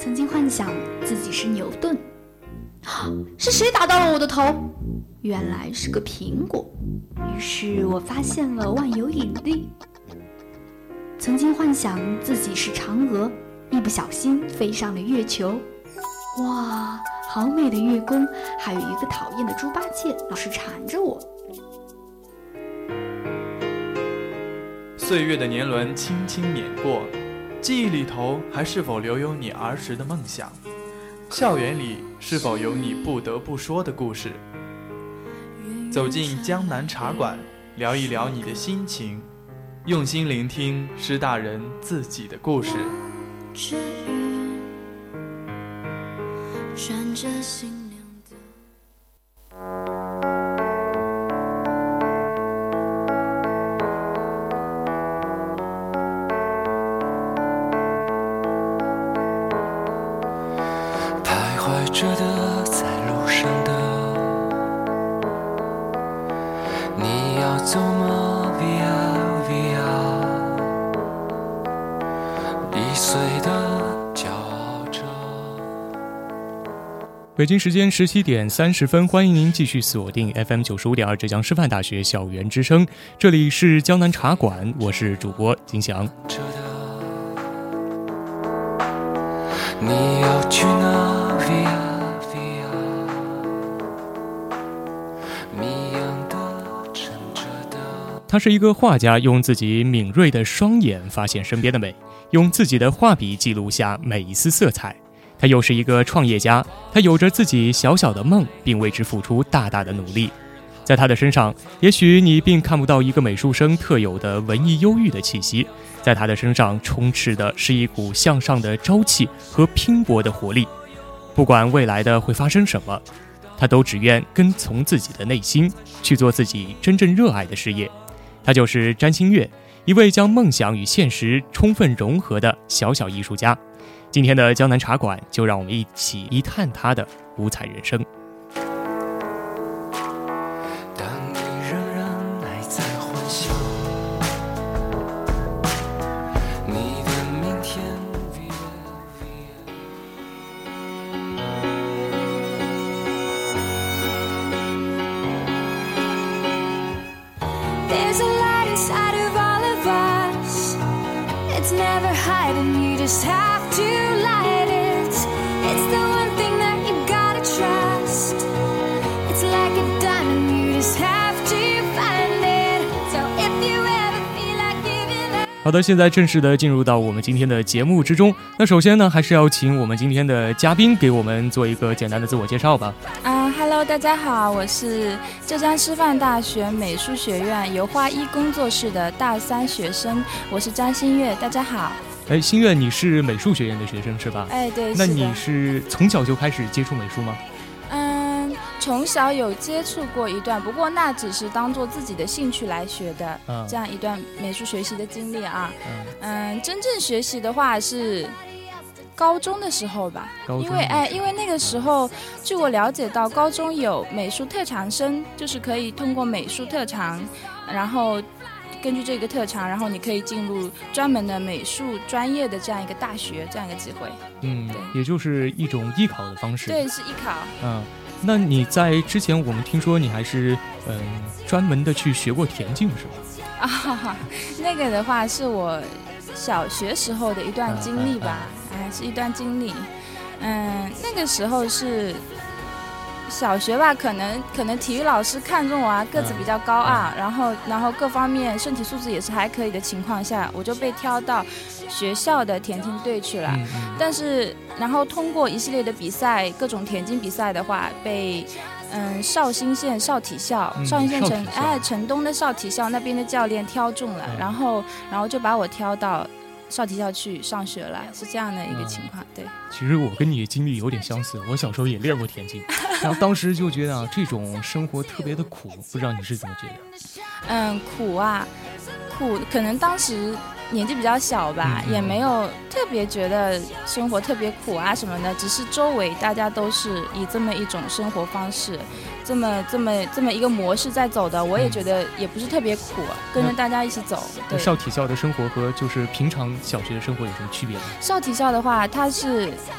曾经幻想自己是牛顿，是谁打到了我的头？原来是个苹果。于是我发现了万有引力。曾经幻想自己是嫦娥，一不小心飞上了月球。哇，好美的月宫，还有一个讨厌的猪八戒老是缠着我。 岁月的年轮轻轻碾过，记忆里头还是否留有你儿时的梦想？校园里是否有你不得不说的故事？走进江南茶馆，聊一聊你的心情，用心聆听师大人自己的故事。穿着新娘的徘徊着的，在路上的，你要走吗 ？Via Via， 易碎的骄傲着。 北京时间17点30分，欢迎您继续锁定 FM 95.2浙江师范大学校园之声，这里是江南茶馆，我是主播金翔。 你要去哪 ？Via Via， 谜样的沉着的。 他是一个画家，用自己敏锐的双眼发现身边的美，用自己的画笔记录下每一丝色彩。他又是一个创业家，他有着自己小小的梦，并为之付出大大的努力。在他的身上，也许你并看不到一个美术生特有的文艺忧郁的气息，在他的身上充斥的是一股向上的朝气和拼搏的活力。不管未来的会发生什么，他都只愿跟从自己的内心，去做自己真正热爱的事业。他就是詹星月，一位将梦想与现实充分融合的小小艺术家。今天的江南茶馆，就让我们一起一探他的五彩人生。 当你仍然还在幻想你的明天 There's a light inside of all of us. It's never hiding, you just have to light it. It's the one thing that you gotta trust. It's like a diamond, you just have to find it. So if you ever feel like giving up. 好的，现在正式的进入到我们今天的节目之中。那首先呢，还是要请我们今天的嘉宾给我们做一个简单的自我介绍吧。 Hello， 大家好，我是浙江师范大学美术学院油画一工作室的大3学生，我是张新月，大家好。 新月，你是美术学院的学生是吧？ 对。 那你是从小就开始接触美术吗？ 从小有接触过一段，不过那只是当做自己的兴趣来学的，这样一段美术学习的经历啊。真正学习的话是高中的时候吧，因为那个时候，据我了解到，高中有美术特长生，就是可以通过美术特长，然后根据这个特长，然后你可以进入专门的美术专业的这样一个大学，这样一个机会。对， 也就是一种艺考的方式。 对，是艺考。 那你在之前，我们听说你还是专门的去学过田径是吧？ 那个的话是我小学时候的一段经历吧，是一段经历。那个时候是小学吧，可能体育老师看中我啊，个子比较高啊，然后各方面身体素质也是还可以的情况下，我就被挑到学校的田径队去了。但是然后通过一系列的比赛，各种田径比赛的话，被绍兴县少体校，绍兴县城东的少体校那边的教练挑中了，然后就把我挑到少体校去上学了，是这样的一个情况。对， 其实我跟你的经历有点相似，我小时候也练过田径，然后当时就觉得这种生活特别的苦，不知道你是怎么觉得？ 苦，可能当时年纪比较小吧，也没有特别觉得生活特别苦啊什么的，只是周围大家都是以这么一种生活方式，这么一个模式在走的，我也觉得也不是特别苦，跟着大家一起走。对， 少体校的生活和就是平常小学的生活有什么区别吗？ 少体校的话，它是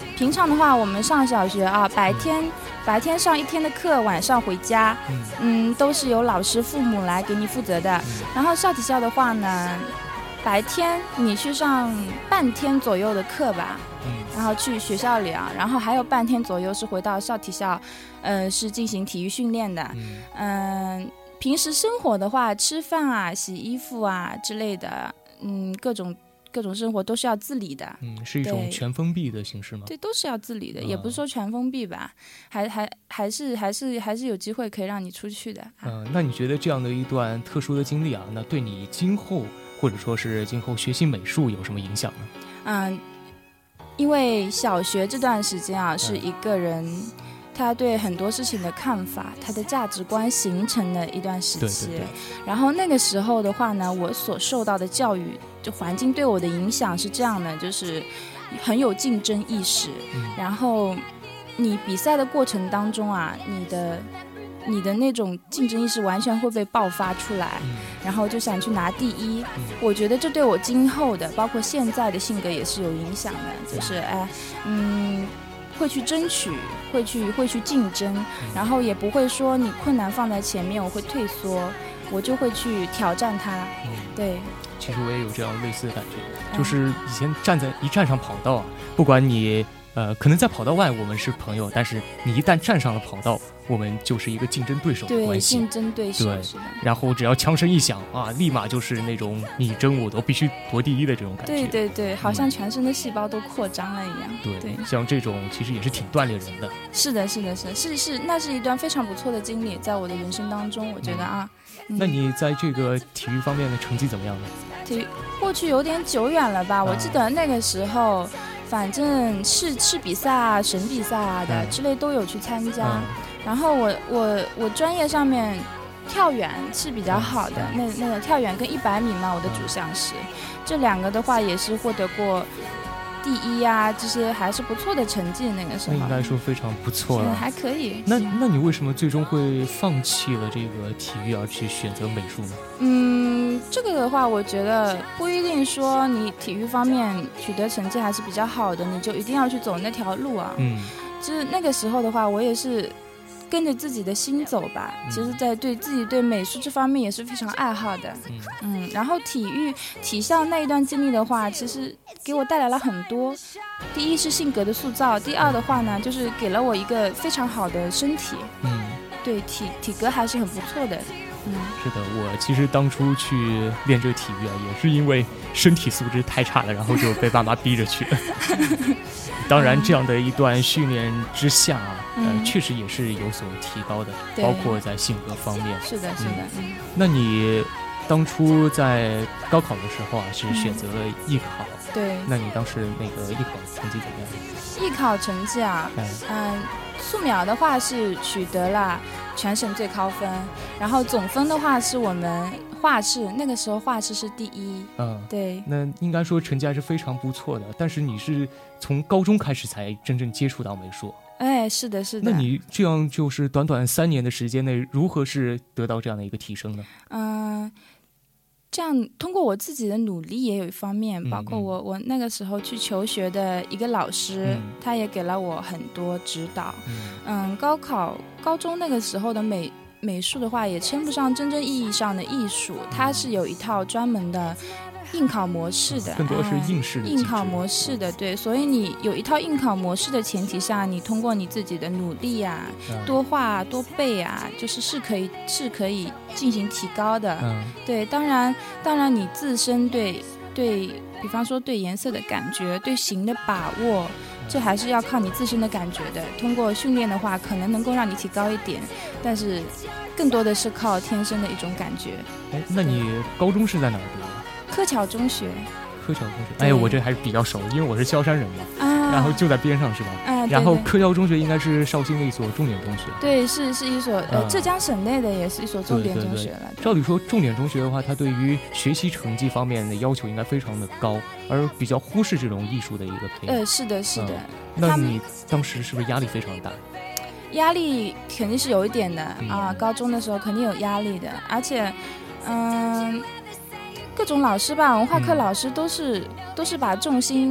平常的话，我们上小学啊，白天上一天的课，晚上回家，都是由老师、父母来给你负责的。然后少体校的话呢，白天你去上半天左右的课吧，然后去学校里啊，然后还有半天左右是回到少体校，是进行体育训练的。平时生活的话，吃饭啊、洗衣服啊之类的，各种生活都是要自理的。 是一种全封闭的形式吗？ 对，都是要自理的，也不是说全封闭吧，还是有机会可以让你出去的。 那你觉得这样的一段特殊的经历啊，那对你今后或者说是今后学习美术有什么影响呢？ 因为小学这段时间啊，是一个人他对很多事情的看法，他的价值观形成的一段时期。 对。 然后那个时候的话呢，我所受到的教育就环境对我的影响是这样的，就是很有竞争意识。然后你比赛的过程当中啊，你的那种竞争意识完全会被爆发出来，然后就想去拿第一。我觉得这对我今后的包括现在的性格也是有影响的，就是会去争取，会去竞争，然后也不会说你困难放在前面我会退缩，我就会去挑战它。对， 其实我也有这样类似的感觉，就是以前一站上跑道啊，不管你可能在跑道外我们是朋友，但是你一旦站上了跑道，我们就是一个竞争对手的关系。 对，竞争对手。对， 然后只要枪声一响啊，立马就是那种你争我夺，必须夺第一的这种感觉。 对，好像全身的细胞都扩张了一样。 对，像这种其实也是挺锻炼人的。 是的，那是一段非常不错的经历，在我的人生当中，我觉得啊。 那你在这个体育方面的成绩怎么样呢？ 体育过去有点久远了吧，我记得那个时候。反正是比赛啊、省比赛啊的之类都有去参加。然后我专业上面跳远是比较好的，那个跳远跟100米嘛，我的主项是这两个的话也是获得过第一啊，这些还是不错的成绩。那个时候那应该说非常不错了， 还可以。 那你为什么最终会放弃了这个体育而去选择美术呢？ 这个的话，我觉得不一定说你体育方面取得成绩还是比较好的，你就一定要去走那条路啊。就是那个时候的话，我也是跟着自己的心走吧。其实在对自己对美术这方面也是非常爱好的。然后体校那一段经历的话，其实给我带来了很多。第一是性格的塑造，第二的话呢，就是给了我一个非常好的身体。对，体格还是很不错的。 是的，我其实当初去练这个体育啊，也是因为身体素质太差了，然后就被爸妈逼着去了。当然，这样的一段训练之下啊，确实也是有所提高的，包括在性格方面。 是的。 那你当初在高考的时候啊，是选择了艺考。 对。 那你当时那个艺考成绩怎么样？ 艺考成绩啊，素描的话是取得了全省最高分，然后总分的话是我们画室，那个时候画室是第一。对。那应该说成绩还是非常不错的，但是你是从高中开始才真正接触到美术。 是的。 那你这样就是短短3年的时间内，如何是得到这样的一个提升呢？ 这样通过我自己的努力也有一方面，包括我那个时候去求学的一个老师，他也给了我很多指导。高中那个时候的美术的话，也称不上真正意义上的艺术，它是有一套专门的应考模式的， 更多是应试的应考模式的。对，所以你有一套应考模式的前提下，你通过你自己的努力啊，多画多背啊，是可以进行提高的。对，当然你自身对比方说对颜色的感觉，对形的把握，这还是要靠你自身的感觉的。通过训练的话，可能能够让你提高一点，但是更多的是靠天生的一种感觉。 那你高中是在哪儿读的？ 柯桥中学。 我这还是比较熟，因为我是萧山人嘛，然后就在边上是吧？然后柯桥中学应该是绍兴的一所重点中学。 对，是一所浙江省内的也是一所重点中学了。 照理说重点中学的话，它对于学习成绩方面的要求应该非常的高，而比较忽视这种艺术的一个培养。 是的。 那你当时是不是压力非常大？ 压力肯定是有一点的高中的时候肯定有压力的，而且各种老师吧，文化课老师都是把重心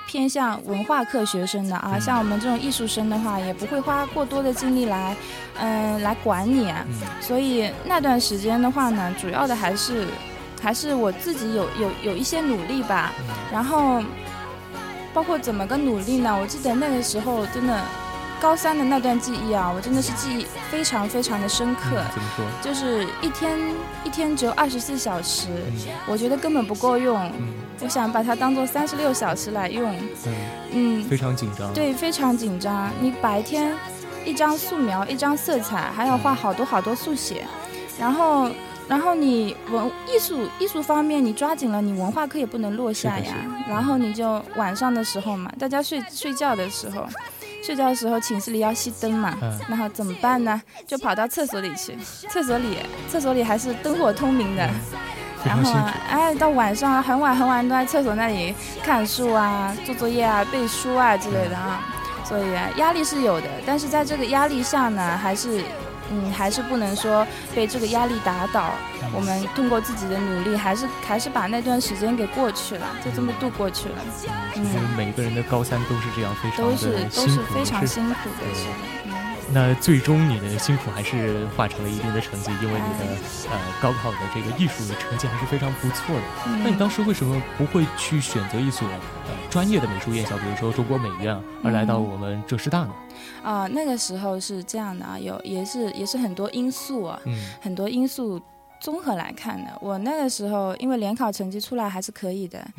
偏向文化课学生的啊，像我们这种艺术生的话，也不会花过多的精力来管你啊。所以那段时间的话呢，主要的还是我自己有一些努力吧。然后包括怎么个努力呢？我记得那个时候真的。高三的那段记忆啊，我真的是记忆非常非常的深刻。 怎么说？ 就是一天只有24小时，我觉得根本不够用。我想把它当做36小时来用。 非常紧张。 对，非常紧张。你白天一张素描，一张色彩，还要画好多好多速写，然后你艺术方面你抓紧了，你文化课也不能落下呀。然后你就晚上的时候嘛，大家睡觉的时候，寝室里要熄灯嘛，然后怎么办呢？就跑到厕所里去，厕所里还是灯火通明的。然后到晚上很晚都在厕所那里看书啊、做作业啊、背书啊之类的啊。所以压力是有的，但是在这个压力下呢，还是不能说被这个压力打倒。我们通过自己的努力，还是把那段时间给过去了，就这么度过去了。 其实每个人的高三都是这样，非常的辛苦， 都是非常辛苦的事。 那最终你的辛苦还是化成了一定的成绩，因为你的高考的这个艺术的成绩还是非常不错的。那你当时为什么不会去选择一所专业的美术院校，比如说中国美院，而来到我们浙师大呢？ 那个时候是这样的啊，也是很多因素啊，很多因素综合来看的。我那个时候因为联考成绩出来还是可以的，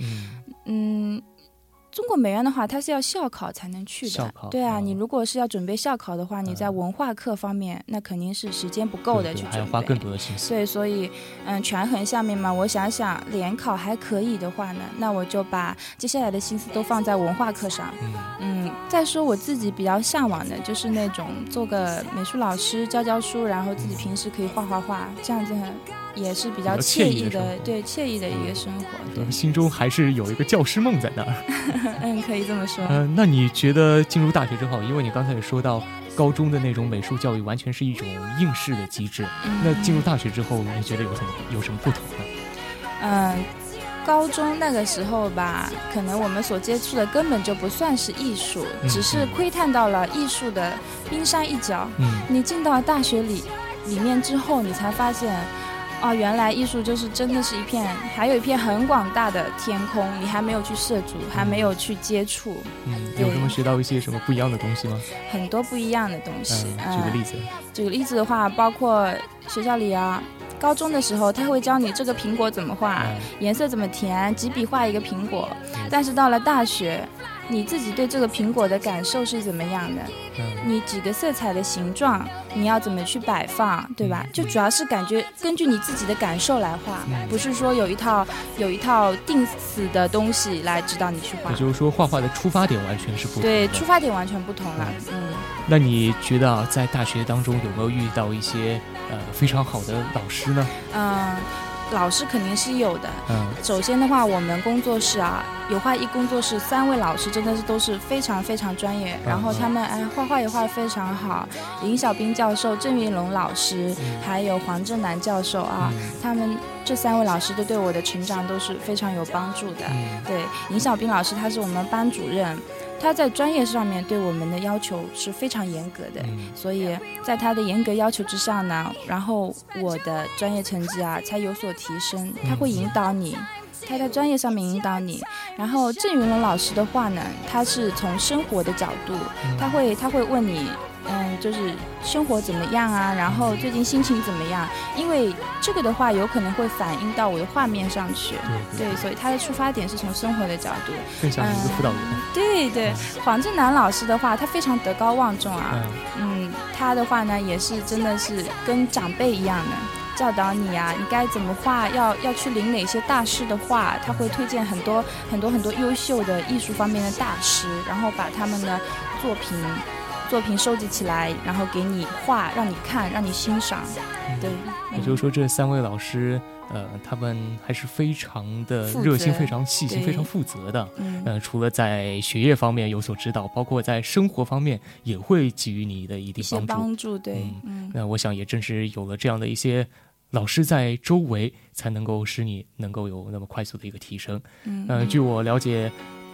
中国美院的话，它是要校考才能去的。对啊，你如果是要准备校考的话，你在文化课方面，那肯定是时间不够的去准备， 还要花更多的心思。 对，所以权衡下面嘛，我想联考还可以的话呢，那我就把接下来的心思都放在文化课上。再说我自己比较向往的就是那种做个美术老师，教书，然后自己平时可以画，这样子也是比较惬意的，对，惬意的一个生活。对， 心中还是有一个教师梦在那儿。 可以这么说。 那你觉得进入大学之后，因为你刚才也说到高中的那种美术教育完全是一种应试的机制，那进入大学之后，你觉得有什么不同呢？ 高中那个时候吧，可能我们所接触的根本就不算是艺术，只是窥探到了艺术的冰山一角。你进到大学里面之后，你才发现原来艺术就是真的是还有一片很广大的天空，你还没有去涉足，还没有去接触。 有什么学到一些什么不一样的东西吗？ 很多不一样的东西。 举个例子的话，包括学校里啊，高中的时候他会教你这个苹果怎么画，颜色怎么填，几笔画一个苹果。但是到了大学，你自己对这个苹果的感受是怎么样的？你几个色彩的形状，你要怎么去摆放，对吧？就主要是根据你自己的感受来画，不是说有一套定死的东西来指导你去画。 也就是说，画画的出发点完全是不同的。 对，出发点完全不同了。 那你觉得在大学当中有没有遇到一些非常好的老师呢？ 老师肯定是有的。首先的话，我们工作室啊，油画艺工作室3位老师真的是都是非常非常专业，然后他们画画也画得非常好。尹小兵教授、郑云龙老师，还有黄正南教授啊，他们这3位老师都对我的成长都是非常有帮助的。对，尹小兵老师他是我们班主任。他在专业上面对我们的要求是非常严格的，所以在他的严格要求之上呢，然后我的专业成绩才有所提升。他会引导你，他在专业上面引导你。然后郑云龙老师的话呢，他是从生活的角度，他会问你，就是生活怎么样啊，然后最近心情怎么样，因为这个的话有可能会反映到我的画面上去。对，所以他的出发点是从生活的角度， 更像一个辅导员。 对，黄正南老师的话，他非常德高望重啊。他的话呢，也是真的是跟长辈一样的教导你啊，你该怎么画，要去领哪些大师的画，他会推荐很多优秀的艺术方面的大师，然后把他们的作品收集起来，然后给你画，让你看，让你欣赏。对， 也就是说这3位老师他们还是非常的热心，非常细心，非常负责的。除了在学业方面有所指导，包括在生活方面也会给予你的一定帮助。 对， 那我想也正是有了这样的一些老师在周围，才能够使你能够有那么快速的一个提升。据我了解，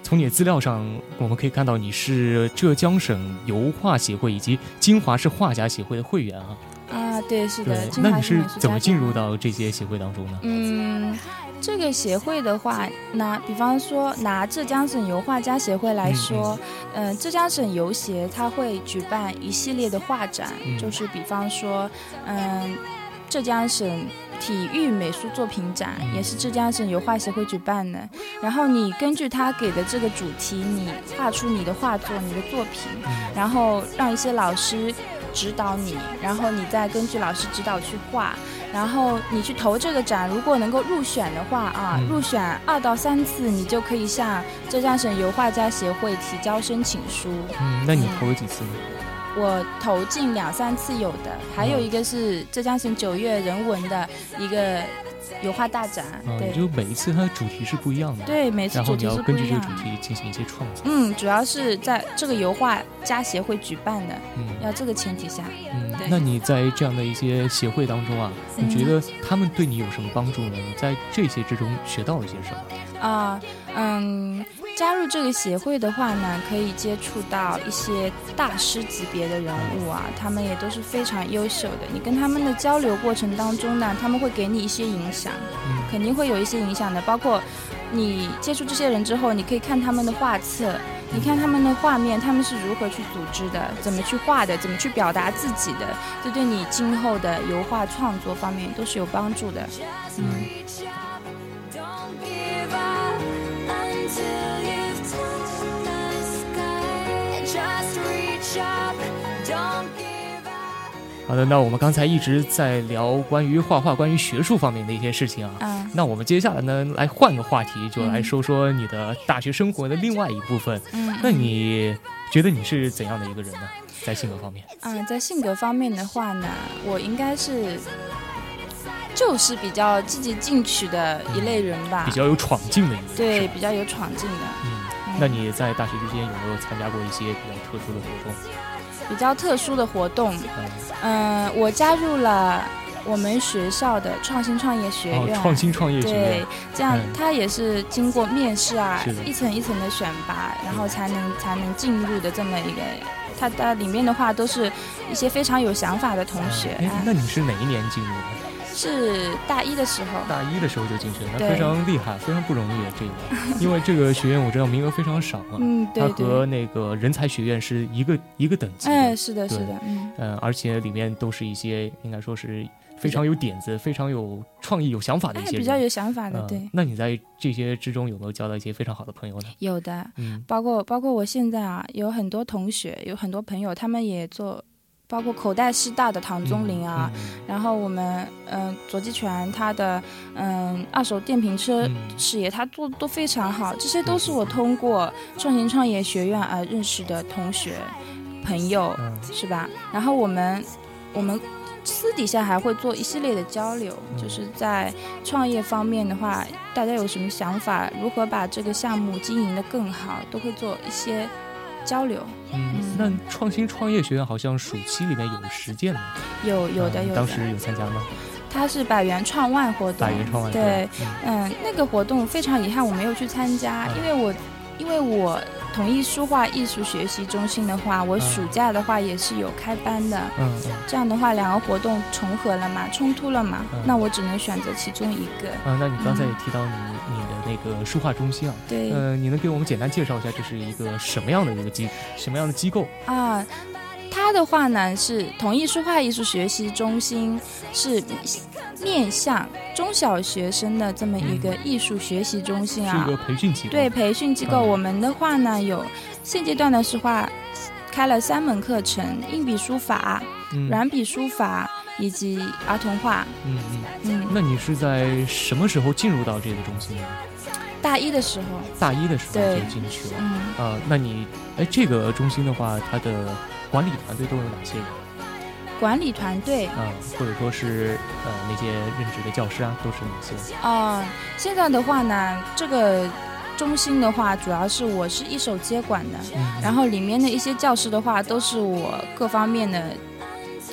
从你的资料上，我们可以看到你是浙江省油画协会以及金华市画家协会的会员啊。 啊，对，是的。 对，那你是怎么进入到这些协会当中呢？ 这个协会的话，比方说拿浙江省油画家协会来说，浙江省油协它会举办一系列的画展，就是比方说，浙江省体育美术作品展也是浙江省油画协会举办的，然后你根据他给的这个主题，你画出你的画作、你的作品，然后让一些老师指导你，然后你再根据老师指导去画，然后你去投这个展，如果能够入选的话啊，入选2到3次，你就可以向浙江省油画家协会提交申请书。 那你投了几次呢？ 我投进2、3次有的，还有一个是浙江省9月人文的一个油画大展。对， 就每一次它的主题是不一样的。 对，每次主题是不一样的。然后你要根据这个主题进行一些创作。 主要是在这个油画家协会举办的，要这个前提下。对。 那你在这样的一些协会当中啊，你觉得他们对你有什么帮助呢？你在这些之中学到了一些什么？ 加入这个协会的话呢，可以接触到一些大师级别的人物啊，他们也都是非常优秀的。你跟他们的交流过程当中呢，他们会给你一些影响，肯定会有一些影响的。包括你接触这些人之后，你可以看他们的画册，你看他们的画面，他们是如何去组织的，怎么去画的，怎么去表达自己的，这对你今后的油画创作方面都是有帮助的。 好的，那我们刚才一直在聊关于画画、关于学术方面的一些事情啊。那我们接下来呢，来换个话题，就来说说你的大学生活的另外一部分。那你觉得你是怎样的一个人呢？在性格方面？ 在性格方面的话呢，我应该是就是比较积极进取的一类人吧， 比较有闯劲的一个人。 对，比较有闯劲的。 那你在大学之间有没有参加过一些比较特殊的活动？ 比较特殊的活动，我加入了我们学校的创新创业学院。 创新创业学院， 对，这样它也是经过面试啊，一层一层的选拔，然后才能进入的这么一个。它的里面的话都是一些非常有想法的同学。 那你是哪一年进入的？ 是大一的时候。 大一的时候就进去了，那非常厉害，非常不容易这个，因为这个学院我知道名额非常少啊。 对， 它和那个人才学院是一个等级的。 是的，是的， 而且里面都是一些应该说是非常有点子、非常有创意、有想法的一些人， 比较有想法的。对。 那你在这些之中有没有交到一些非常好的朋友呢？ 有的，包括我现在啊，有很多同学，有很多朋友，他们也做。包括口袋师大的唐宗林啊，然后我们左继全他的二手电瓶车事业，他做的都非常好，这些都是我通过创新创业学院而认识的同学朋友，是吧？然后我们私底下还会做一系列的交流，就是在创业方面的话，大家有什么想法，如何把这个项目经营得更好，都会做一些交流。 那创新创业学院好像暑期里面有实践吗？ 有的。 当时有参加吗？ 它是百元创万活动。 百元创万。 对，那个活动非常遗憾我没有去参加，因为我统一书画艺术学习中心的话，我暑假的话也是有开班的。这样的话两个活动重合了嘛，冲突了嘛，那我只能选择其中一个。 那你刚才也提到你的那个书画中心啊， 对， 你能给我们简单介绍一下这是一个什么样的机构啊？它的话呢是统一书画艺术学习中心，是面向中小学生的这么一个艺术学习中心啊， 是一个培训机构。 对，培训机构。我们的话呢有现阶段的是话开了3门课程，硬笔书法、软笔书法以及儿童画。 那你是在什么时候进入到这个中心的？ 大一的时候就进去了。那你这个中心的话，它的管理团队都有哪些人？ 管理团队或者说是那些任职的教师啊，都是哪些？ 现在的话呢，这个中心的话，主要是我是一手接管的，然后里面的一些教师的话，都是我各方面的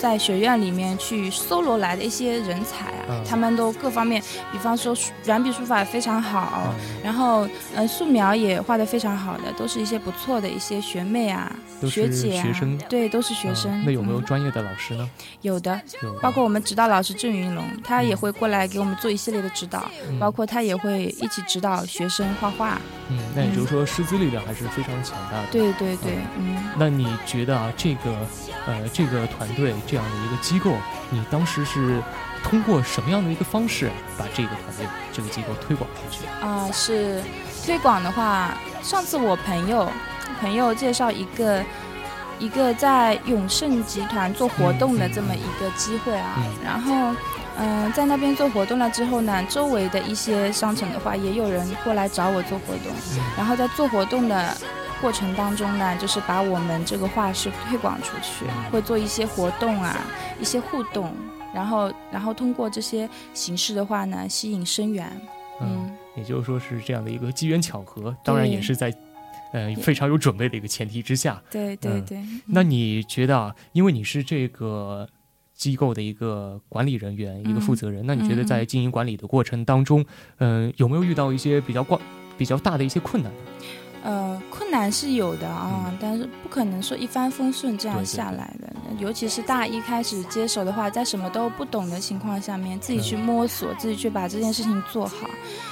在学院里面去搜罗来的一些人才啊，他们都各方面，比方说软笔书法也非常好，然后素描也画得非常好的，都是一些不错的一些学妹啊、学姐啊， 学生， 对，都是学生。 那有没有专业的老师呢？ 有的，包括我们指导老师郑云龙，他也会过来给我们做一系列的指导，包括他也会一起指导学生画画。 那也就是说师资力量还是非常强大的。 对对对， 那你觉得啊，这个团队这样的一个机构，你当时是通过什么样的一个方式把这个团队这个机构推广出去？ 是推广的话，上次我朋友介绍一个在永盛集团做活动的这么一个机会啊，然后在那边做活动了之后呢，周围的一些商城的话也有人过来找我做活动，然后在做活动的过程当中呢，就是把我们这个画室推广出去，会做一些活动啊，一些互动，然后通过这些形式的话呢，吸引生源。 也就是说是这样的一个机缘巧合，当然也是在非常有准备的一个前提之下。 对对对。 那你觉得啊，因为你是这个机构的一个管理人员，一个负责人，那你觉得在经营管理的过程当中，有没有遇到一些比较大的一些困难？ 困难是有的啊，但是不可能说一帆风顺这样下来的。尤其是大一开始接手的话，在什么都不懂的情况下面，自己去摸索，自己去把这件事情做好。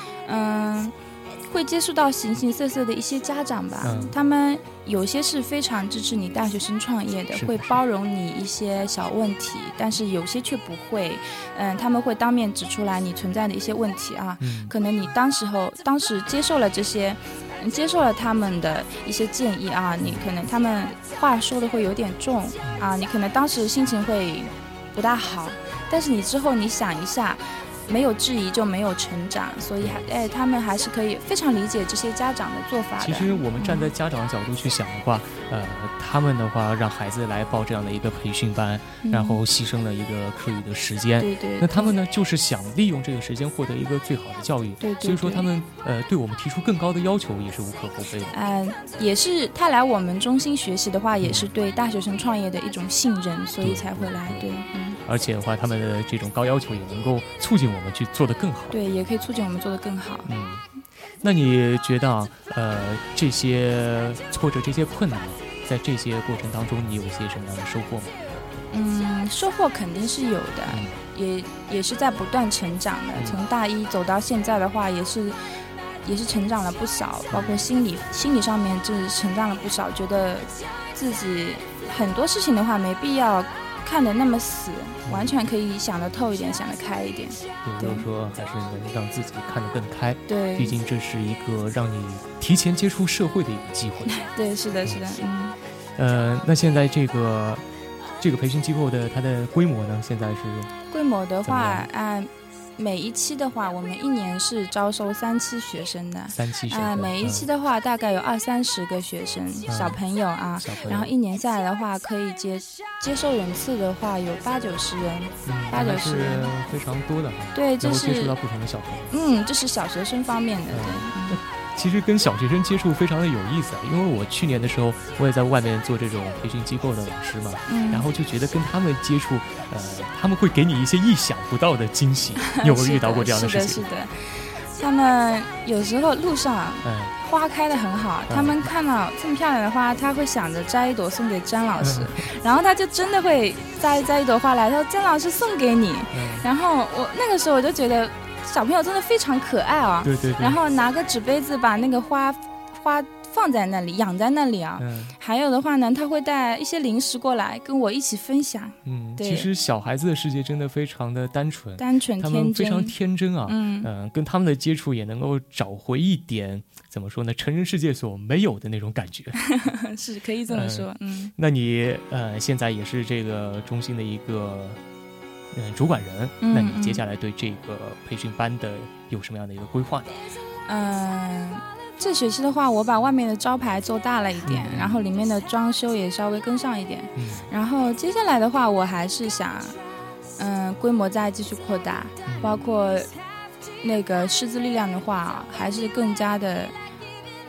会接触到形形色色的一些家长吧，他们有些是非常支持你大学生创业的，会包容你一些小问题，但是有些却不会，他们会当面指出来你存在的一些问题啊，可能你当时接受了这些，接受了他们的一些建议啊，你可能他们话说的会有点重啊，你可能当时心情会不大好，但是你之后你想一下，没有质疑就没有成长，所以他们还是可以非常理解这些家长的做法的。 其实我们站在家长的角度去想的话，他们的话让孩子来报这样的一个培训班，然后牺牲了一个课余的时间， 对， 那他们呢就是想利用这个时间获得一个最好的教育， 对， 所以说他们对我们提出更高的要求也是无可厚非的。 也是他来我们中心学习的话，也是对大学生创业的一种信任，所以才会来。对， 而且的话，他们的这种高要求也能够促进我们去做得更好。 对，也可以促进我们做得更好。 那你觉得这些挫折、这些困难，在这些过程当中，你有一些什么样的收获吗？ 收获肯定是有的，也是在不断成长的。从大一走到现在的话，也是成长了不少，包括心理上面就是成长了不少，觉得自己很多事情的话没必要看得那么死，完全可以想得透一点，想得开一点。 也就是说，还是能让自己看得更开。 对， 毕竟这是一个让你提前接触社会的一个机会。 对，是的。 那现在这个培训机构的它的规模呢？现在是规模的话，每一期的话，我们一年是招收3期学生的。3期学生，每一期的话大概有20-30个学生，小朋友啊，然后一年下来的话，可以接受人次的话有80-90人，80-90人， 非常多的。 对，这是接触到不同的小朋友。 这是小学生方面的，对。 其实跟小学生接触非常的有意思，因为我去年的时候我也在外面做这种培训机构的老师嘛，然后就觉得跟他们接触，他们会给你一些意想不到的惊喜。有没有遇到过这样的事情？ 是的，他们有时候路上花开得很好，他们看到这么漂亮的花，他会想着摘一朵送给詹老师，然后他就真的会摘一朵花来，他说詹老师送给你，然后我那个时候我就觉得小朋友真的非常可爱啊， 对， 然后拿个纸杯子把那个花放在那里，养在那里啊。还有的话呢，他会带一些零食过来跟我一起分享。对， 其实小孩子的世界真的非常的单纯天真， 他们非常天真啊。跟他们的接触也能够找回一点怎么说呢，成人世界所没有的那种感觉。 是可以这么说。 那你现在也是这个中心的一个主管人，那你接下来对这个培训班的有什么样的一个规划呢？ 这学期的话，我把外面的招牌做大了一点，然后里面的装修也稍微跟上一点。然后接下来的话，我还是想，规模再继续扩大，包括那个师资力量的话，还是更加的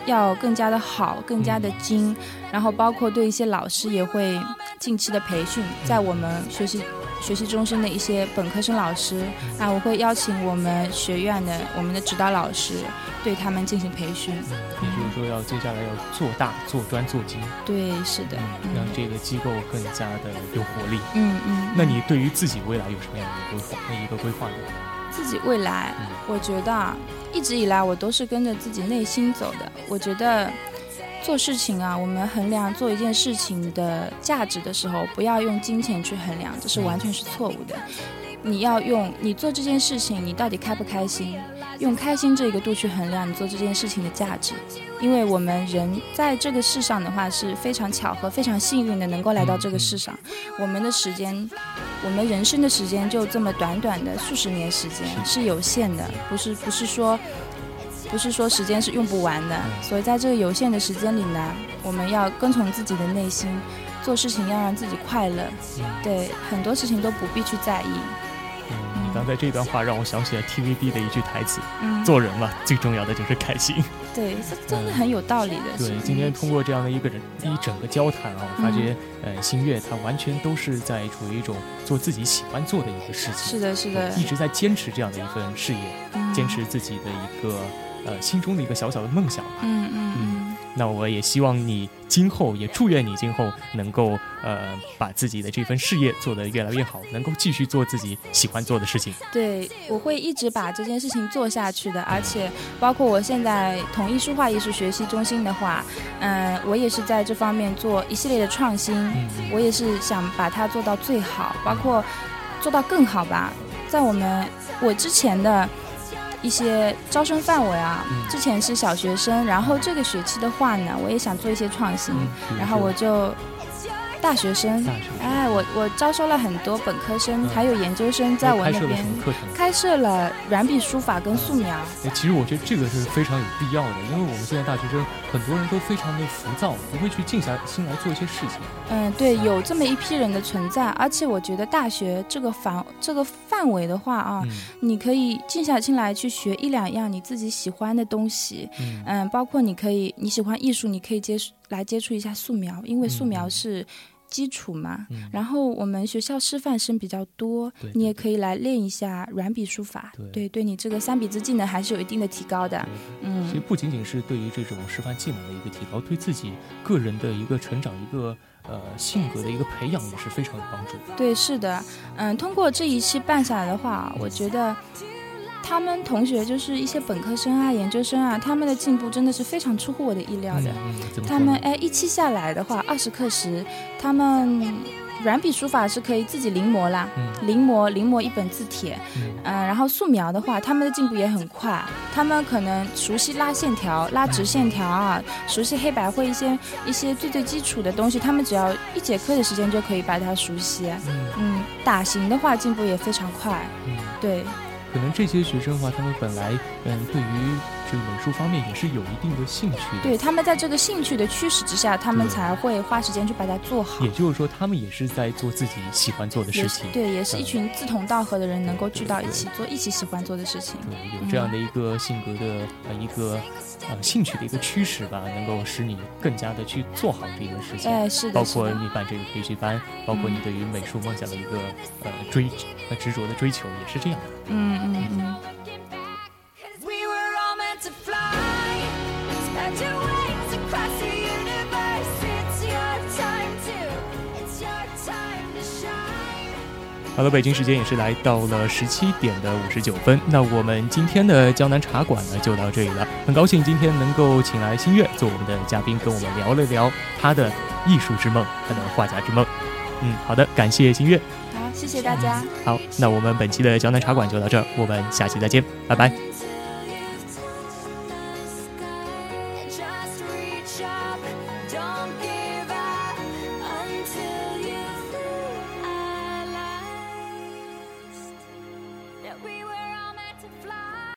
要更加的好，更加的精，然后包括对一些老师也会近期的培训，在我们学习中心的一些本科生老师啊，我会邀请我们学院的我们的指导老师对他们进行培训。 也就是说，接下来要做大、做专、做精。 对，是的， 让这个机构更加的有活力。 那你对于自己未来有什么样的一个规划呢？ 自己未来，我觉得一直以来我都是跟着自己内心走的。我觉得做事情啊，我们衡量做一件事情的价值的时候，不要用金钱去衡量，这是完全是错误的。你要用你做这件事情，你到底开不开心，用开心这个度去衡量你做这件事情的价值。因为我们人在这个世上的话是非常巧合、非常幸运的能够来到这个世上。我们的时间，我们人生的时间就这么短短的数十年时间是有限的，不是说时间是用不完的。所以在这个有限的时间里呢，我们要跟从自己的内心，做事情要让自己快乐。对，很多事情都不必去在意。 你刚才这段话让我想起了 TVB 的一句台词，做人嘛，最重要的就是开心。 对，这真的很有道理的。 对，今天通过这样的一整个交谈啊，我发觉新月她完全都是在处于一种做自己喜欢做的一个事情。 是的，是的， 一直在坚持这样的一份事业，坚持自己的一个心中的一个小小的梦想吧。那我也希望你今后，也祝愿你今后能够把自己的这份事业做得越来越好，能够继续做自己喜欢做的事情。 对，我会一直把这件事情做下去的。而且包括我现在统一书画艺术学习中心的话，我也是在这方面做一系列的创新，我也是想把它做到最好，包括做到更好吧。在我之前的一些招生范围啊，之前是小学生，然后这个学期的话呢，我也想做一些创新，然后我就大学生，我招收了很多本科生还有研究生，在我那边开设了软笔书法跟素描。 其实我觉得这个是非常有必要的，因为我们现在大学生很多人都非常的浮躁，不会去静下心来做一些事情。 对，有这么一批人的存在，而且我觉得大学这个范围的话啊，你可以静下心来去学一两样你自己喜欢的东西。包括你喜欢艺术，你可以接触一下素描，因为素描是基础嘛。然后我们学校师范生比较多，你也可以来练一下软笔书法。对你这个3笔字技能还是有一定的提高的。 其实不仅仅是对于这种师范技能的一个提高，对自己个人的一个成长，一个性格的一个培养也是非常有帮助。 对，是的。通过这一期办下来的话，我觉得他们同学就是一些本科生啊、研究生啊，他们的进步真的是非常出乎我的意料的。他们一期下来的话，20课时，他们软笔书法是可以自己临摹啦，临摹一本字帖。然后素描的话，他们的进步也很快，他们可能熟悉拉线条、拉直线条啊，熟悉黑白绘一些最基础的东西，他们只要1节课的时间就可以把它熟悉。打形的话进步也非常快。对。 可能这些学生的话，他们本来对于这个美术方面也是有一定的兴趣的。 对，他们在这个兴趣的驱使之下，他们才会花时间去把它做好。 也就是说，他们也是在做自己喜欢做的事情。 对，也是一群志同道合的人能够聚到一起做一起喜欢做的事情。 对，有这样的一个性格的一个兴趣的一个驱使吧，能够使你更加的去做好这个事情。 是的。 包括你办这个培训班，包括你对于美术梦想的一个执着的追求，也是这样的。好了，北京时间也是来到了17点的59分。那我们今天的江南茶馆呢就到这里了。很高兴今天能够请来新月做我们的嘉宾，跟我们聊了聊他的艺术之梦，他的画家之梦。好的，感谢新月。 好，谢谢大家。 好，那我们本期的江南茶馆就到这儿，我们下期再见，拜拜。 Just reach up, don't give